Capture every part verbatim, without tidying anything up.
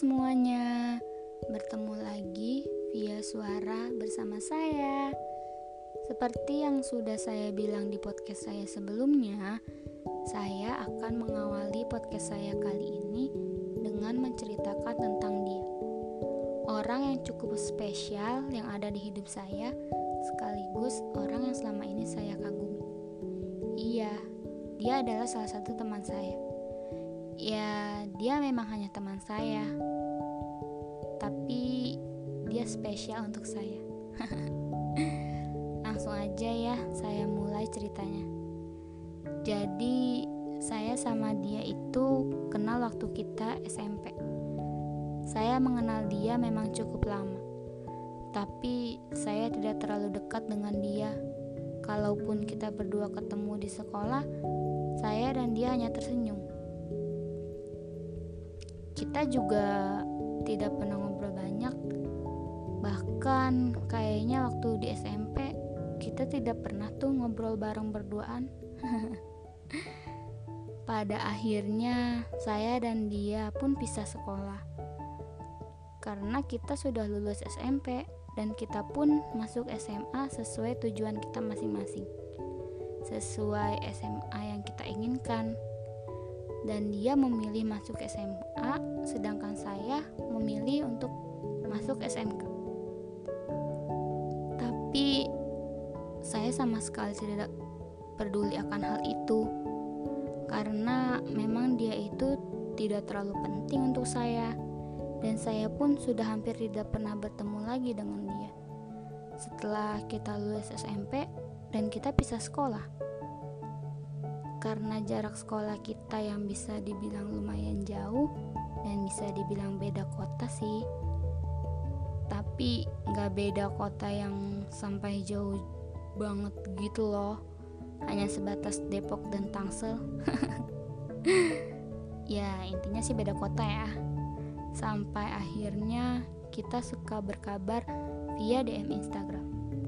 semuanya, bertemu lagi via suara bersama saya. Seperti yang sudah saya bilang di podcast saya sebelumnya, saya akan mengawali podcast saya kali ini dengan menceritakan tentang dia. Orang yang cukup spesial yang ada di hidup saya, sekaligus orang yang selama ini saya kagumi. Iya, dia adalah salah satu teman saya. Ya, dia memang hanya teman saya, tapi dia spesial untuk saya. Langsung aja ya, saya mulai ceritanya. Jadi, saya sama dia itu kenal waktu kita S M P. Saya mengenal dia memang cukup lama, tapi saya tidak terlalu dekat dengan dia. Kalaupun kita berdua ketemu di sekolah, saya dan dia hanya tersenyum. Kita juga tidak pernah ngobrol banyak. Bahkan kayaknya waktu di S M P kita tidak pernah tuh ngobrol bareng berduaan. Pada akhirnya saya dan dia pun pisah sekolah. Karena kita sudah lulus S M P dan kita pun masuk S M A sesuai tujuan kita masing-masing. Sesuai S M A yang kita inginkan. Dan dia memilih masuk S M A, sedangkan saya memilih untuk masuk S M K. Tapi saya sama sekali tidak peduli akan hal itu, karena memang dia itu tidak terlalu penting untuk saya, dan saya pun sudah hampir tidak pernah bertemu lagi dengan dia setelah kita lulus S M P dan kita pisah sekolah. Karena jarak sekolah kita yang bisa dibilang lumayan jauh dan bisa dibilang beda kota sih. Tapi gak beda kota yang sampai jauh banget gitu loh. Hanya sebatas Depok dan Tangsel. Ya intinya sih beda kota ya. Sampai akhirnya kita suka berkabar via D M Instagram.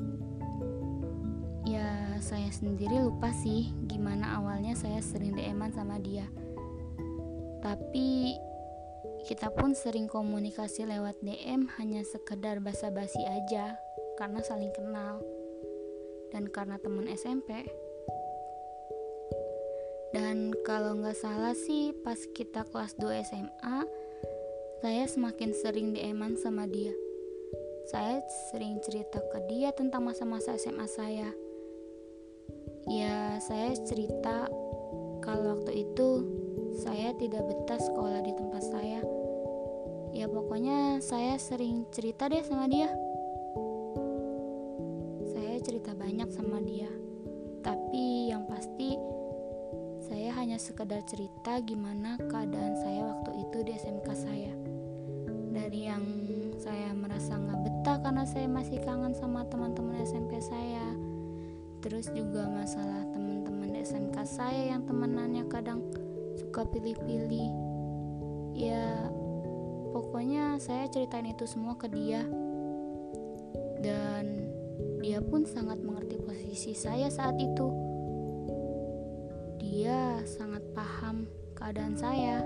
Ya saya sendiri lupa sih gimana awalnya saya sering D M-an sama dia. Tapi kita pun sering komunikasi lewat D M hanya sekedar basa-basi aja, karena saling kenal dan karena teman S M P. Dan kalau gak salah sih pas kita kelas dua S M A, saya semakin sering D M-an sama dia. Saya sering cerita ke dia tentang masa-masa S M A saya. Ya, saya cerita kalau waktu itu saya tidak betah sekolah di tempat saya. Ya pokoknya saya sering cerita deh sama dia. Saya cerita banyak sama dia. Tapi yang pasti saya hanya sekedar cerita gimana keadaan saya waktu itu di S M K saya. Dari yang saya merasa gak betah karena saya masih kangen sama teman-teman S M P saya. Terus juga masalah teman-teman S M K saya yang temenannya kadang suka pilih-pilih. Ya pokoknya saya ceritain itu semua ke dia. Dan dia pun sangat mengerti posisi saya saat itu. Dia sangat paham keadaan saya.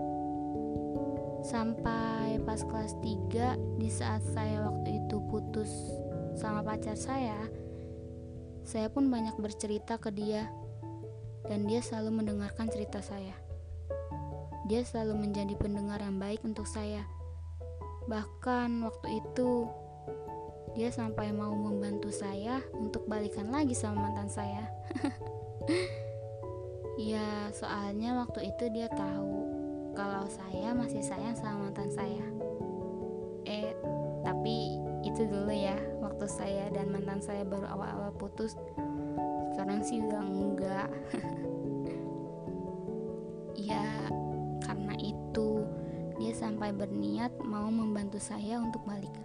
Sampai pas kelas tiga, di saat saya waktu itu putus sama pacar saya, saya pun banyak bercerita ke dia, dan dia selalu mendengarkan cerita saya. Dia selalu menjadi pendengar yang baik untuk saya. Bahkan waktu itu dia sampai mau membantu saya untuk balikan lagi sama mantan saya. Ya soalnya waktu itu dia tahu kalau saya masih sayang sama mantan saya. Eh tapi itu dulu ya, waktu saya dan mantan saya baru awal-awal putus. Sekarang sih udah enggak. Ya karena itu dia sampai berniat mau membantu saya untuk balikan.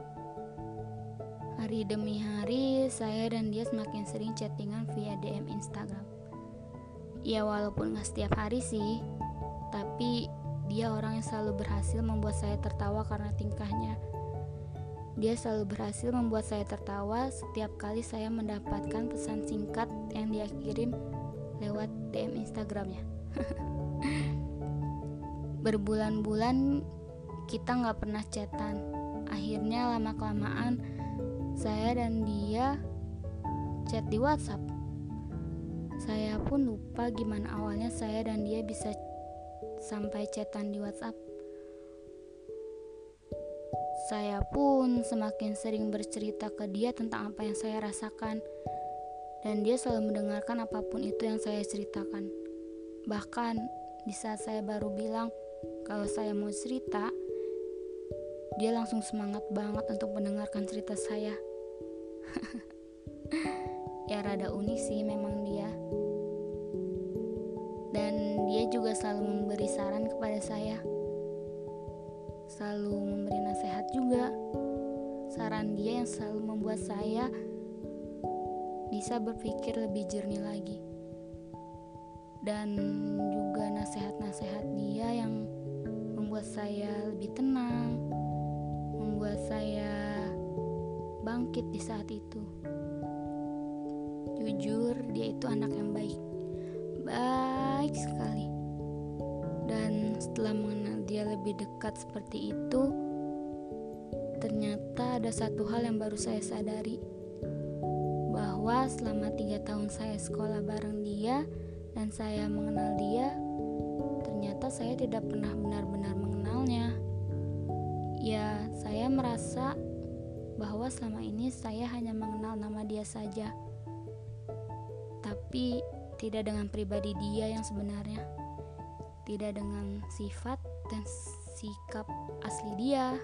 Hari demi hari saya dan dia semakin sering chattingan via D M Instagram. Ya walaupun gak setiap hari sih, tapi dia orang yang selalu berhasil membuat saya tertawa karena tingkahnya. Dia selalu berhasil membuat saya tertawa setiap kali saya mendapatkan pesan singkat yang dia kirim lewat D M Instagramnya. Berbulan-bulan kita nggak pernah chatan. Akhirnya lama-kelamaan saya dan dia chat di WhatsApp. Saya pun lupa gimana awalnya saya dan dia bisa sampai chatan di WhatsApp. Saya pun semakin sering bercerita ke dia tentang apa yang saya rasakan, dan dia selalu mendengarkan apapun itu yang saya ceritakan. Bahkan di saat saya baru bilang kalau saya mau cerita, dia langsung semangat banget untuk mendengarkan cerita saya. Ya rada unik sih memang dia. Dan dia juga selalu memberi saran kepada saya, selalu memberi nasihat juga. Saran dia yang selalu membuat saya bisa berpikir lebih jernih lagi. Dan juga nasihat-nasihat dia yang membuat saya lebih tenang, membuat saya bangkit di saat itu. Jujur, dia itu anak yang baik, baik sekali. Dan setelah mengenal dia lebih dekat seperti itu, ternyata ada satu hal yang baru saya sadari, bahwa selama tiga tahun saya sekolah bareng dia dan saya mengenal dia, ternyata saya tidak pernah benar-benar mengenalnya. Ya, saya merasa bahwa selama ini saya hanya mengenal nama dia saja, tapi tidak dengan pribadi dia yang sebenarnya, tidak dengan sifat dan sikap asli dia.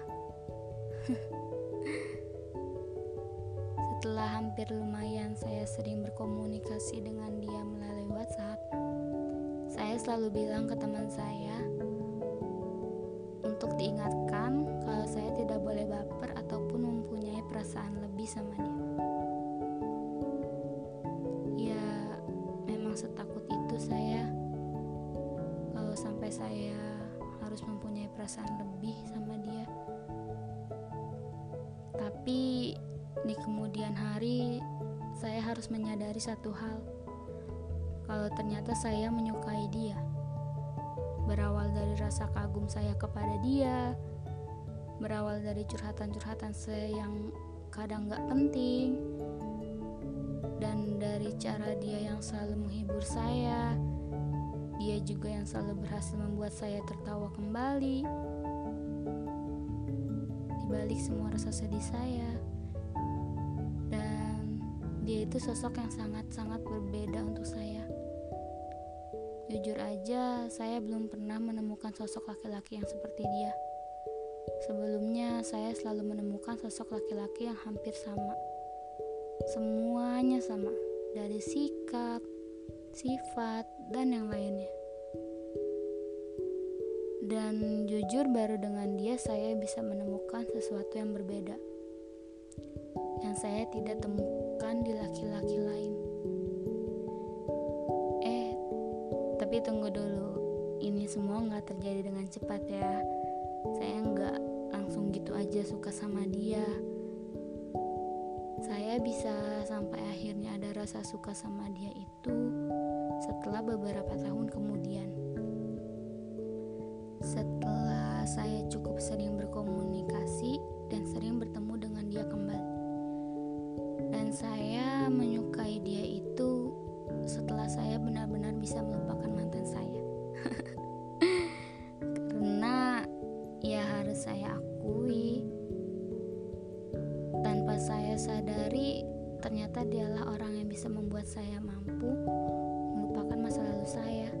Setelah hampir lumayan saya sering berkomunikasi dengan dia melalui WhatsApp, saya selalu bilang ke teman saya untuk diingatkan kalau saya tidak boleh baper ataupun mempunyai perasaan lebih sama dia. Ya, memang setakut itu saya kalau sampai saya harus mempunyai perasaan lebih sama dia. Tapi di kemudian hari saya harus menyadari satu hal, kalau ternyata saya menyukai dia. Berawal dari rasa kagum saya kepada dia, berawal dari curhatan-curhatan saya yang kadang gak penting, dan dari cara dia yang selalu menghibur saya. Dia juga yang selalu berhasil membuat saya tertawa kembali di balik semua rasa sedih saya. Dan dia itu sosok yang sangat-sangat berbeda untuk saya. Jujur aja, saya belum pernah menemukan sosok laki-laki yang seperti dia. Sebelumnya, saya selalu menemukan sosok laki-laki yang hampir sama. Semuanya sama, dari sikap, sifat, dan yang lainnya. Dan jujur baru dengan dia saya bisa menemukan sesuatu yang berbeda, yang saya tidak temukan di laki-laki lain. Eh, tapi tunggu dulu, ini semua gak terjadi dengan cepat ya. Saya gak langsung gitu aja suka sama dia. Saya bisa sampai akhirnya ada rasa suka sama dia itu setelah beberapa tahun kemudian. Setelah saya cukup sering berkomunikasi dan sering bertemu dengan dia kembali. Dan saya menyukai dia itu setelah saya benar-benar bisa melupakan mantan saya. Karena ya harus saya akui, tanpa saya sadari, ternyata dialah orang yang bisa membuat saya mampu melupakan masa lalu saya.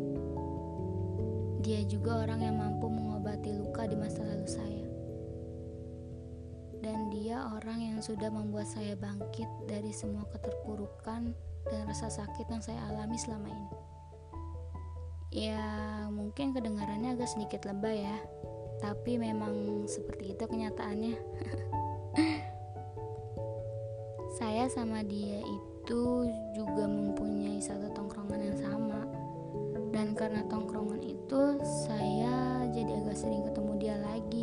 Dia juga orang yang mampu mengobati luka di masa lalu saya. Dan dia orang yang sudah membuat saya bangkit dari semua keterpurukan dan rasa sakit yang saya alami selama ini. Ya, mungkin kedengarannya agak sedikit lebay ya, tapi memang seperti itu kenyataannya. Saya sama dia itu juga mempunyai satu tongkrongan yang sama. Dan karena tongkrongan itu, saya jadi agak sering ketemu dia lagi.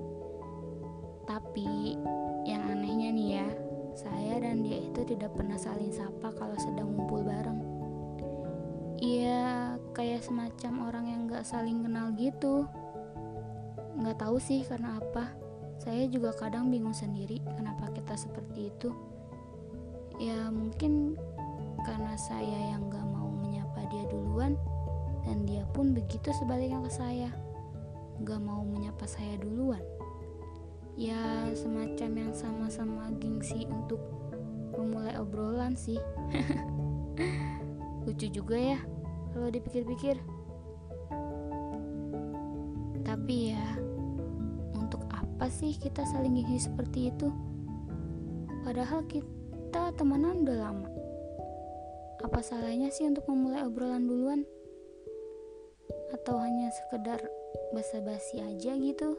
Tapi yang anehnya nih ya, saya dan dia itu tidak pernah saling sapa kalau sedang ngumpul bareng. Iya, kayak semacam orang yang gak saling kenal gitu. Nggak tahu sih karena apa. Saya juga kadang bingung sendiri kenapa kita seperti itu. Ya mungkin karena saya yang gak mau menyapa dia duluan, dan dia pun begitu sebaliknya ke saya, gak mau menyapa saya duluan. Ya semacam yang sama-sama gengsi untuk memulai obrolan sih. Lucu juga ya kalau dipikir-pikir. Tapi ya, untuk apa sih kita saling gengsi seperti itu? Padahal kita temenan udah lama. Apa salahnya sih untuk memulai obrolan duluan? Atau hanya sekedar basa-basi aja gitu?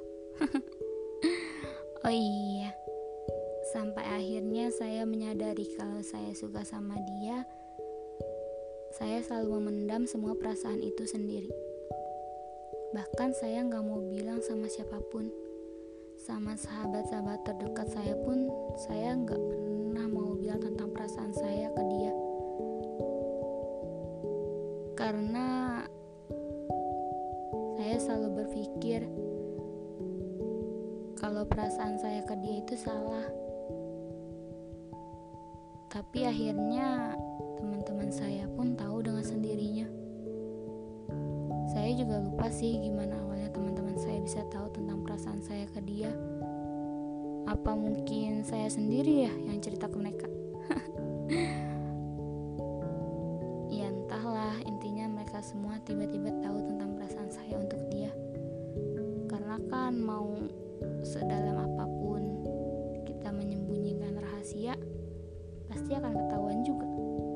Oh iya, sampai akhirnya saya menyadari kalau saya suka sama dia. Saya selalu memendam semua perasaan itu sendiri. Bahkan saya gak mau bilang sama siapapun. Sama sahabat-sahabat terdekat saya pun, saya gak pernah mau bilang tentang perasaan saya ke dia. Karena saya selalu berpikir kalau perasaan saya ke dia itu salah. Tapi akhirnya teman-teman saya pun tahu dengan sendirinya. Saya juga lupa sih gimana awalnya teman-teman saya bisa tahu tentang perasaan saya ke dia. Apa mungkin saya sendiri ya yang cerita ke mereka? Ya entahlah, intinya mereka semua tiba-tiba tahu tentang perasaan saya untuk dia. Karena kan mau sedalam apapun kita menyembunyikan rahasia, pasti akan ketahuan juga.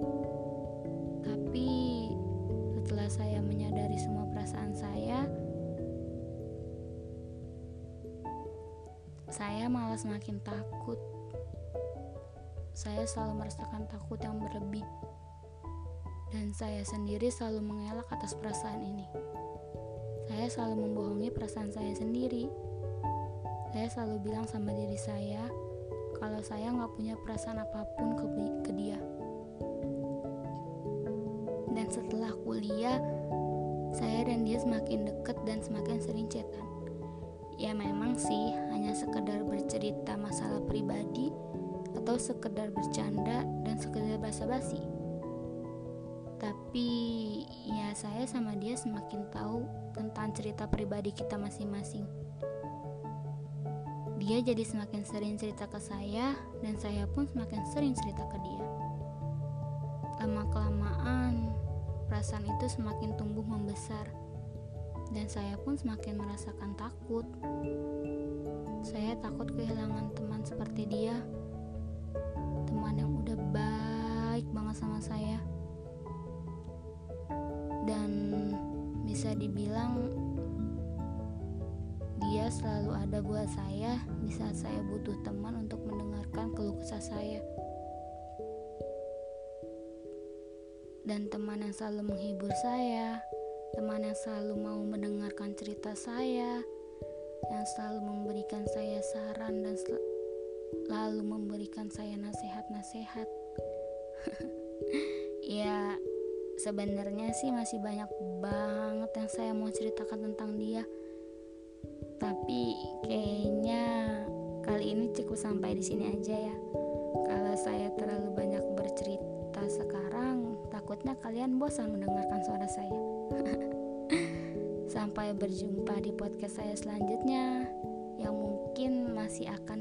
Tapi setelah saya menyadari semua perasaan saya, saya malah semakin takut. Saya selalu merasakan takut yang berlebih, dan saya sendiri selalu mengelak atas perasaan ini. Saya selalu membohongi perasaan saya sendiri. Saya selalu bilang sama diri saya kalau saya gak punya perasaan apapun ke, ke dia. Dan setelah kuliah, saya dan dia semakin dekat dan semakin sering chatan. Ya memang sih, hanya sekedar bercerita masalah pribadi atau sekedar bercanda dan sekedar basa-basi. Tapi ya saya sama dia semakin tahu tentang cerita pribadi kita masing-masing. Dia jadi semakin sering cerita ke saya, dan saya pun semakin sering cerita ke dia. Lama-kelamaan, perasaan itu semakin tumbuh membesar, dan saya pun semakin merasakan takut. Saya takut kehilangan teman seperti dia, teman yang udah baik banget sama saya, dan bisa dibilang dia selalu ada buat saya di saat saya butuh teman untuk mendengarkan keluh kesah saya. Dan teman yang selalu menghibur saya, teman yang selalu mau mendengarkan cerita saya, yang selalu memberikan saya saran dan selalu memberikan saya nasihat-nasihat. Ya, sebenarnya sih masih banyak banget yang saya mau ceritakan tentang dia. Tapi kayaknya kali ini cukup sampai di sini aja ya. Kalau saya terlalu banyak bercerita sekarang, takutnya kalian bosan mendengarkan suara saya. Sampai berjumpa di podcast saya selanjutnya, yang mungkin masih akan